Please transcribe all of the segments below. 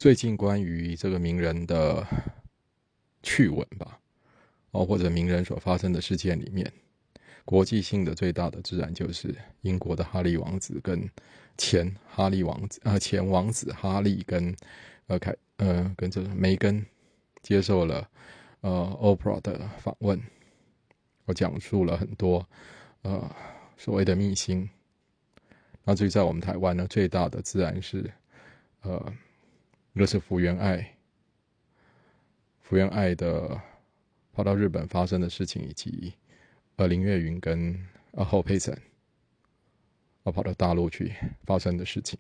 最近关于这个名人的趣闻吧，或者名人所发生的事件里面，国际性的最大的自然就是英国的哈利王子跟前王子哈利跟跟这个梅根接受了Oprah 的访问，我讲述了很多所谓的秘辛。那至于在我们台湾呢，最大的自然是一个是福原爱的跑到日本发生的事情，以及林月云跟侯佩岑跑到大陆去发生的事情。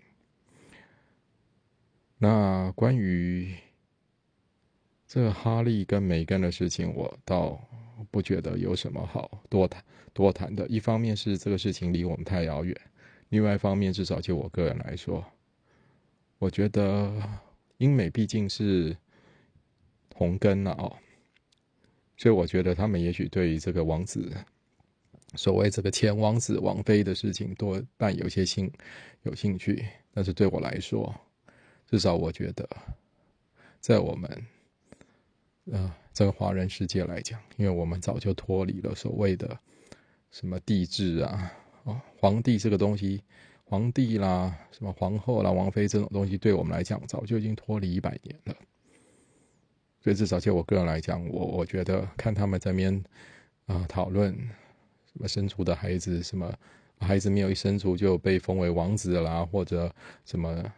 那关于这个哈利跟梅根的事情，我倒不觉得有什么好多谈的。一方面是这个事情离我们太遥远，另外一方面至少就我个人来说，我觉得英美毕竟是同根所以我觉得他们也许对于这个王子，所谓这个前王子王妃的事情多半有些有兴趣，但是对我来说，至少我觉得在我们这个华人世界来讲，因为我们早就脱离了所谓的什么帝制皇帝这个东西，皇帝啦、什么皇后啦、王妃这种东西，对我们来讲早就已经脱离100年了。所以至少就我个人来讲，我觉得看他们在那边讨论什么生出的孩子，什么孩子没有一生出就被封为王子啦，或者什么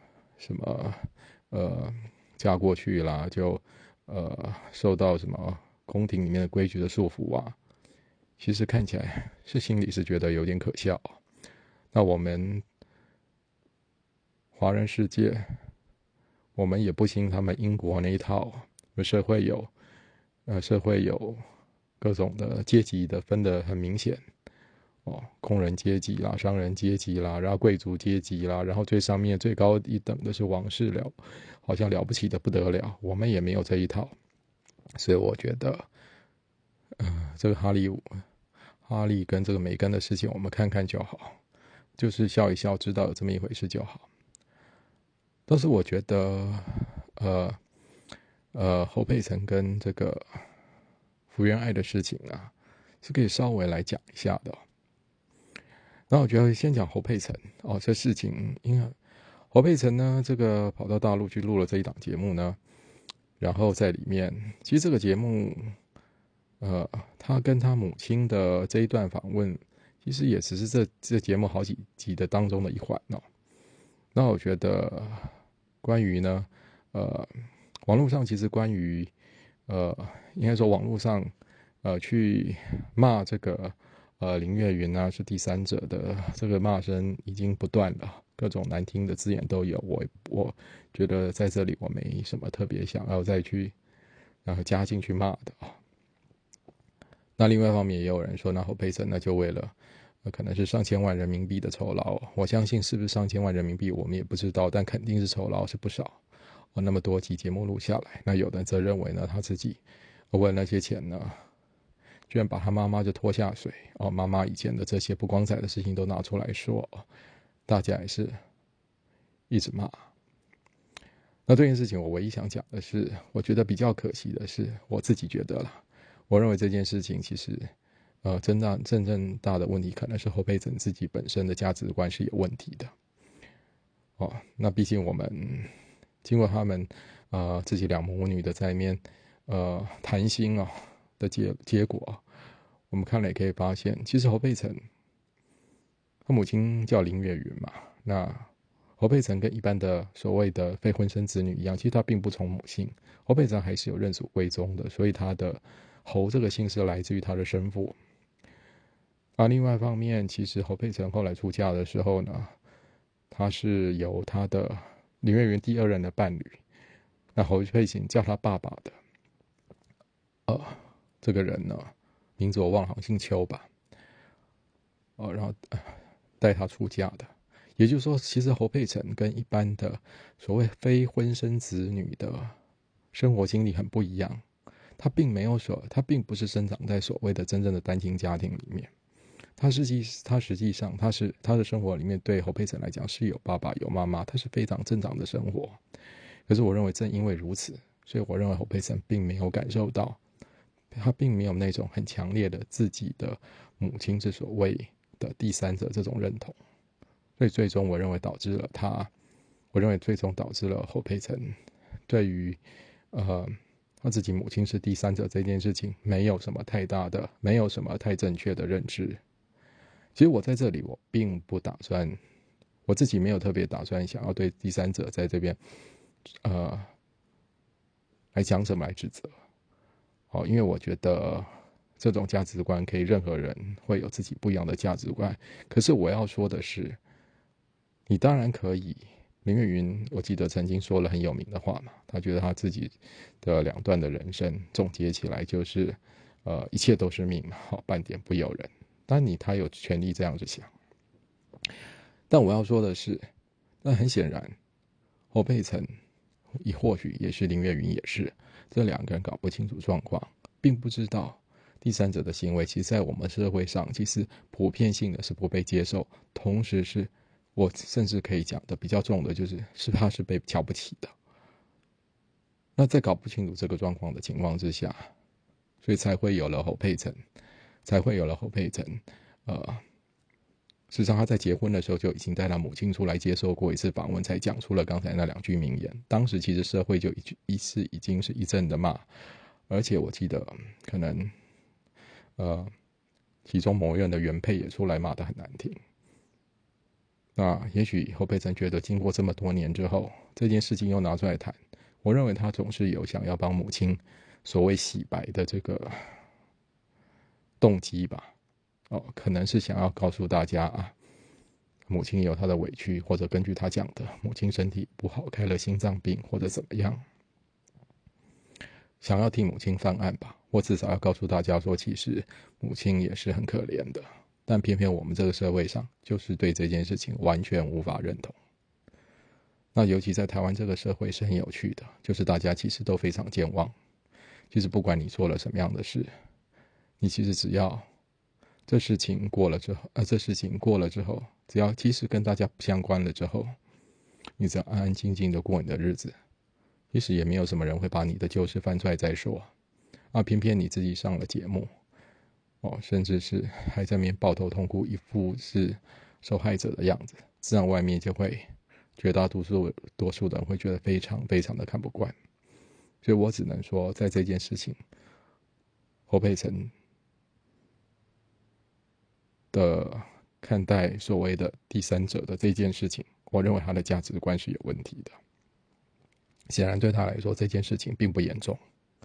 嫁过去啦，就受到什么宫廷里面的规矩的束缚啊，其实看起来是心里是觉得有点可笑。那我们华人世界，我们也不兴他们英国那一套，社会有各种的阶级的分得很明显工人阶级啦、商人阶级啦，然后贵族阶级啦，然后最上面最高一等的是王室好像了不起的不得了。我们也没有这一套，所以我觉得这个哈利跟这个梅根的事情，我们看看就好，就是笑一笑，知道有这么一回事就好。但是我觉得侯佩岑跟这个福原爱的事情是可以稍微来讲一下的。那我觉得先讲侯佩岑这事情，因为侯佩岑呢，这个跑到大陆去录了这一档节目呢，然后在里面，其实这个节目，他跟他母亲的这一段访问，其实也只是这节目好几集的当中的一环那我觉得，关于呢，网络上其实关于应该说网络上去骂这个林月云是第三者的这个骂声已经不断了，各种难听的字眼都有。我觉得在这里我没什么特别想要再去加进去骂的那另外一方面也有人说，那侯佩岑那就为了可能是上千万人民币的酬劳，我相信是不是上千万人民币我们也不知道，但肯定是酬劳是不少那么多集节目录下来，那有的人则认为呢，他自己为了那些钱呢，居然把他妈妈就拖下水妈妈以前的这些不光彩的事情都拿出来说大家也是一直骂。那这件事情我唯一想讲的是，我觉得比较可惜的是，我自己觉得啦，我认为这件事情其实真正大的问题可能是侯佩岑自己本身的价值观是有问题的那毕竟我们经过他们自己两母女的在面谈心的结果我们看了也可以发现，其实侯佩岑他母亲叫林月云嘛，那侯佩岑跟一般的所谓的非婚生子女一样，其实他并不从母姓，侯佩岑还是有认祖归宗的，所以他的侯这个姓是来自于他的生父另外一方面，其实侯佩岑后来出嫁的时候呢，他是由他的林月云第二任的伴侣，那侯佩岑叫他爸爸的这个人呢，名字我忘了，好像姓邱吧然后带他出嫁的。也就是说，其实侯佩岑跟一般的所谓非婚生子女的生活经历很不一样，他并不是生长在所谓的真正的单亲家庭里面，他实际上他的生活里面对侯佩岑来讲是有爸爸有妈妈，他是非常正常的生活。 可是我认为正因为如此，所以我认为侯佩岑并没有感受到，他并没有那种很强烈的自己的母亲是所谓的第三者这种认同，所以最终我认为最终导致了侯佩岑对于他自己母亲是第三者这件事情没有什么太正确的认知。其实我在这里我并不打算，我自己没有特别打算想要对第三者在这边来讲什么来指责。因为我觉得这种价值观可以任何人会有自己不一样的价值观。可是我要说的是，你当然可以，林月云我记得曾经说了很有名的话嘛，他觉得他自己的2段的人生总结起来就是一切都是命嘛，半点不由人。当然他有权利这样子想，但我要说的是，那很显然侯佩岑或许也是林月云也是，这2个人搞不清楚状况，并不知道第三者的行为其实在我们社会上其实普遍性的是不被接受，同时是我甚至可以讲的比较重的就是他是被瞧不起的。那在搞不清楚这个状况的情况之下，所以才会有了侯佩岑事实上他在结婚的时候就已经带他母亲出来接受过一次访问，才讲出了刚才那2句名言。当时其实社会就已经是一阵的骂，而且我记得可能其中某人的原配也出来骂得很难听。那也许侯佩岑觉得经过这么多年之后，这件事情又拿出来谈，我认为他总是有想要帮母亲所谓洗白的这个动机吧。可能是想要告诉大家母亲有她的委屈，或者根据他讲的，母亲身体不好，开了心脏病，或者怎么样，想要替母亲翻案吧，或至少要告诉大家说，其实母亲也是很可怜的。但偏偏我们这个社会上，就是对这件事情完全无法认同。那尤其在台湾这个社会是很有趣的，就是大家其实都非常健忘。其实不管你做了什么样的事，你其实只要这事情过了之后，只要即使跟大家不相关了之后，你只要安安静静的过你的日子，其实也没有什么人会把你的旧事翻出来再说。偏偏你自己上了节目，甚至是还在那边抱头痛哭，一副是受害者的样子，自然外面就会绝大多数的人会觉得非常非常的看不惯。所以我只能说，在这件事情，侯佩岑的看待所谓的第三者的这件事情，我认为他的价值观是有问题的。显然对他来说，这件事情并不严重，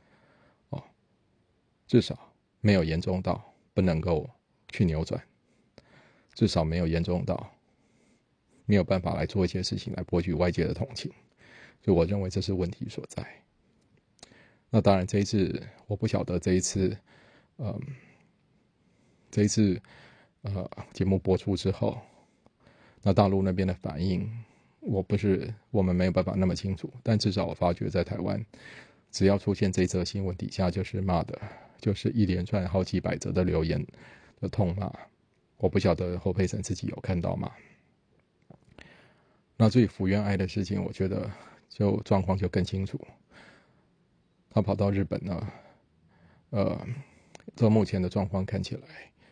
至少没有严重到不能够去扭转，至少没有严重到没有办法来做一些事情来博取外界的同情，所以我认为这是问题所在。那当然这一次我不晓得这一次节目播出之后，那大陆那边的反应我们没有办法那么清楚，但至少我发觉在台湾，只要出现这则新闻底下就是骂的，就是一连串好几百则的留言的痛骂。我不晓得侯佩岑自己有看到吗？那至于福原爱的事情，我觉得就状况就更清楚。他跑到日本呢，到目前的状况看起来，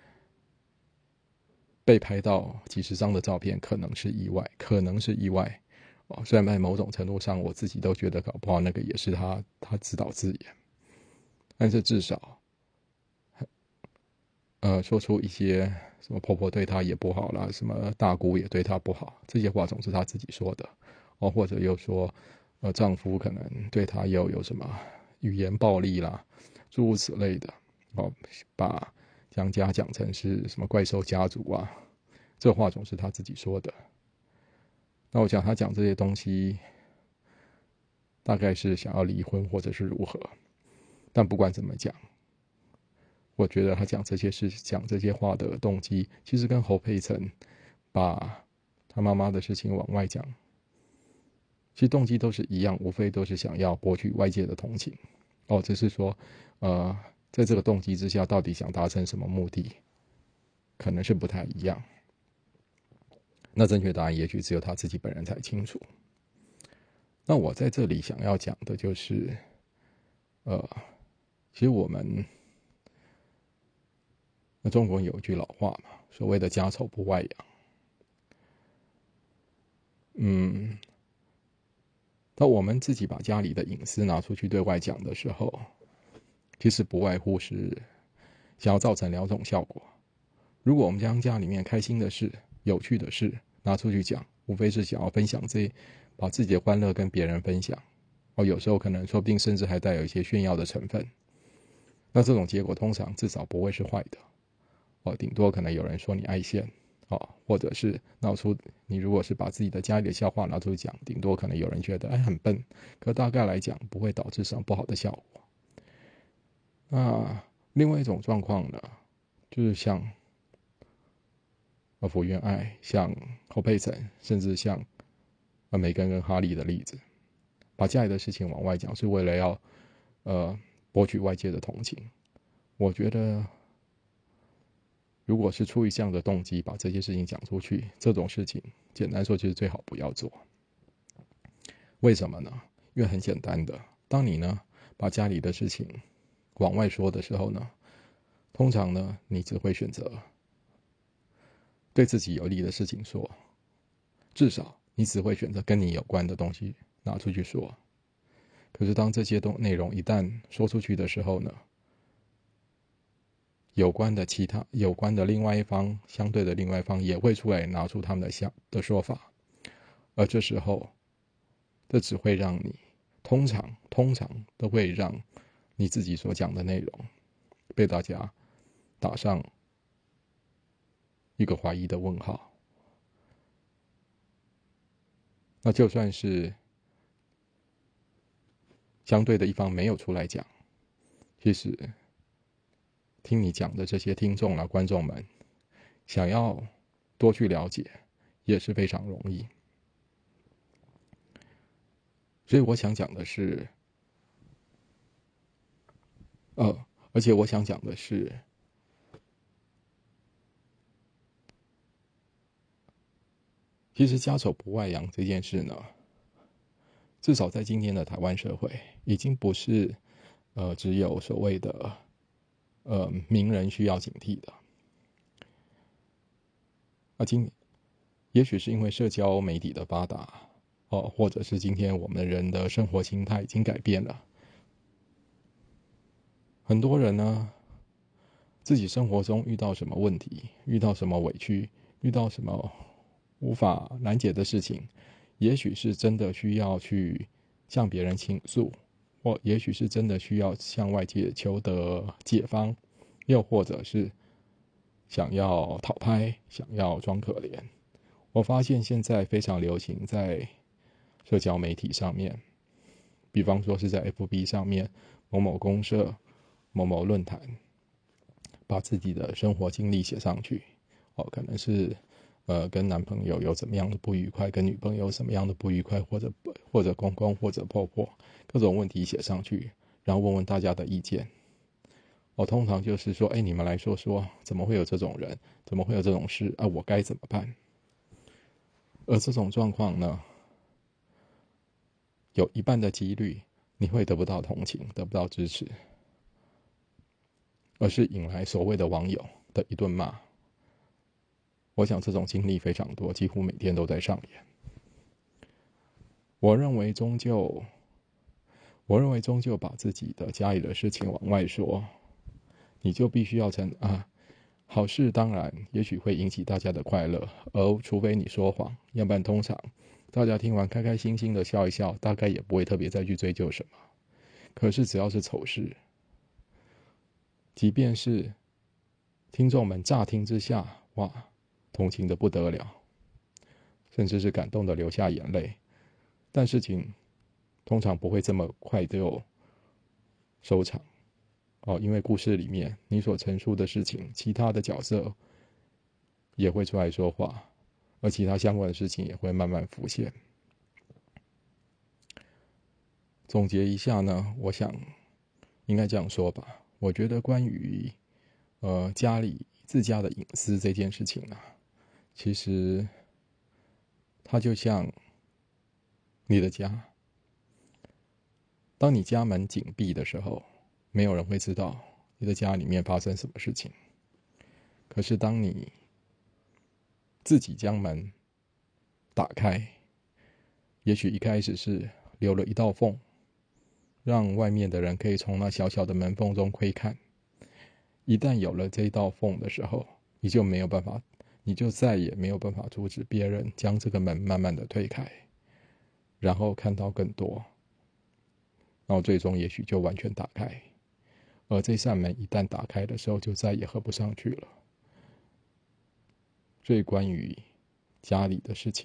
被拍到几十张的照片可能是意外，虽然在某种程度上，我自己都觉得搞不好那个也是他自导自演，但是至少，说出一些什么婆婆对他也不好啦，什么大姑也对他不好，这些话总是他自己说的，或者又说，丈夫可能对他又有什么语言暴力啦，诸如此类的，把江家讲成是什么怪兽家族啊，这话总是他自己说的。那我想他讲这些东西，大概是想要离婚或者是如何。但不管怎么讲，我觉得他讲这些话的动机，其实跟侯佩岑把他妈妈的事情往外讲，其实动机都是一样，无非都是想要博取外界的同情。只是说，在这个动机之下，到底想达成什么目的，可能是不太一样。那正确答案也许只有他自己本人才清楚。 那我在这里想要讲的就是，其实我们中国有一句老话嘛，所谓的家丑不外扬。当我们自己把家里的隐私拿出去对外讲的时候，其实不外乎是想要造成两种效果。如果我们将家里面开心的事、有趣的事拿出去讲，无非是想要分享把自己的欢乐跟别人分享。有时候可能说不定甚至还带有一些炫耀的成分。那这种结果通常至少不会是坏的。顶多可能有人说你爱现。或者是闹出你如果是把自己的家里的笑话拿出去讲，顶多可能有人觉得很笨，可大概来讲不会导致什么不好的效果。那另外一种状况呢，就是像福原爱、像侯佩岑，甚至像梅根跟哈利的例子，把家里的事情往外讲，是为了要博取外界的同情。我觉得如果是出于这样的动机把这些事情讲出去，这种事情简单说就是最好不要做。为什么呢？因为很简单的，当你呢把家里的事情往外说的时候呢，通常呢你只会选择对自己有利的事情说，至少你只会选择跟你有关的东西拿出去说。可是当这些内容一旦说出去的时候呢，有关的另外一方，相对的另外一方也会出来拿出他们的说法，而这时候，这只会让你通常都会让你自己所讲的内容被大家打上一个怀疑的问号。那就算是相对的一方没有出来讲，其实听你讲的这些听众观众们，想要多去了解也是非常容易。所以我想讲的是，而且我想讲的是，其实家丑不外扬这件事呢，至少在今天的台湾社会，已经不是只有所谓的名人需要警惕的。也许是因为社交媒体的发达，或者是今天我们的人的生活心态已经改变了，很多人呢，自己生活中遇到什么问题，遇到什么委屈，遇到什么无法难解的事情，也许是真的需要去向别人倾诉，或也许是真的需要向外界求得解方，又或者是想要讨拍，想要装可怜。我发现现在非常流行在社交媒体上面，比方说是在 FB 上面某某公社、某某论坛，把自己的生活经历写上去。可能是跟男朋友有怎么样的不愉快，跟女朋友有什么样的不愉快，或者公公或者婆婆，各种问题写上去，然后问问大家的意见。通常就是说，你们来说说，怎么会有这种人？怎么会有这种事？我该怎么办？而这种状况呢，有一半的几率你会得不到同情，得不到支持，而是引来所谓的网友的一顿骂。我想这种经历非常多，几乎每天都在上演。我认为终究把自己的家里的事情往外说，你就必须要好事当然也许会引起大家的快乐，而除非你说谎，要不然通常大家听完开开心心的笑一笑，大概也不会特别再去追究什么。可是只要是丑事，即便是听众们乍听之下，同情的不得了，甚至是感动的流下眼泪，但事情通常不会这么快就收场。因为故事里面你所陈述的事情，其他的角色也会出来说话，而其他相关的事情也会慢慢浮现。总结一下呢，我想应该这样说吧，我觉得关于自家的隐私这件事情其实它就像你的家， 当你家门紧闭的时候，没有人会知道你的家里面发生什么事情。可是当你自己将门打开，也许一开始是留了一道缝，让外面的人可以从那小小的门缝中窥看。一旦有了这一道缝的时候，你就再也没有办法阻止别人将这个门慢慢的推开，然后看到更多，然后最终也许就完全打开。而这扇门一旦打开的时候，就再也合不上去了。所以关于家里的事情，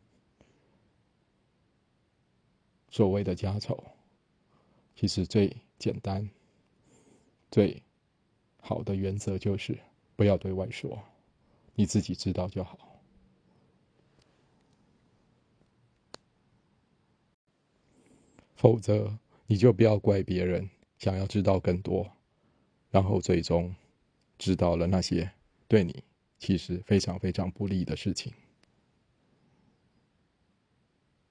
所谓的家丑，其实最简单、最好的原则就是不要对外说，你自己知道就好。否则你就不要怪别人想要知道更多，然后最终知道了那些对你其实非常非常不利的事情。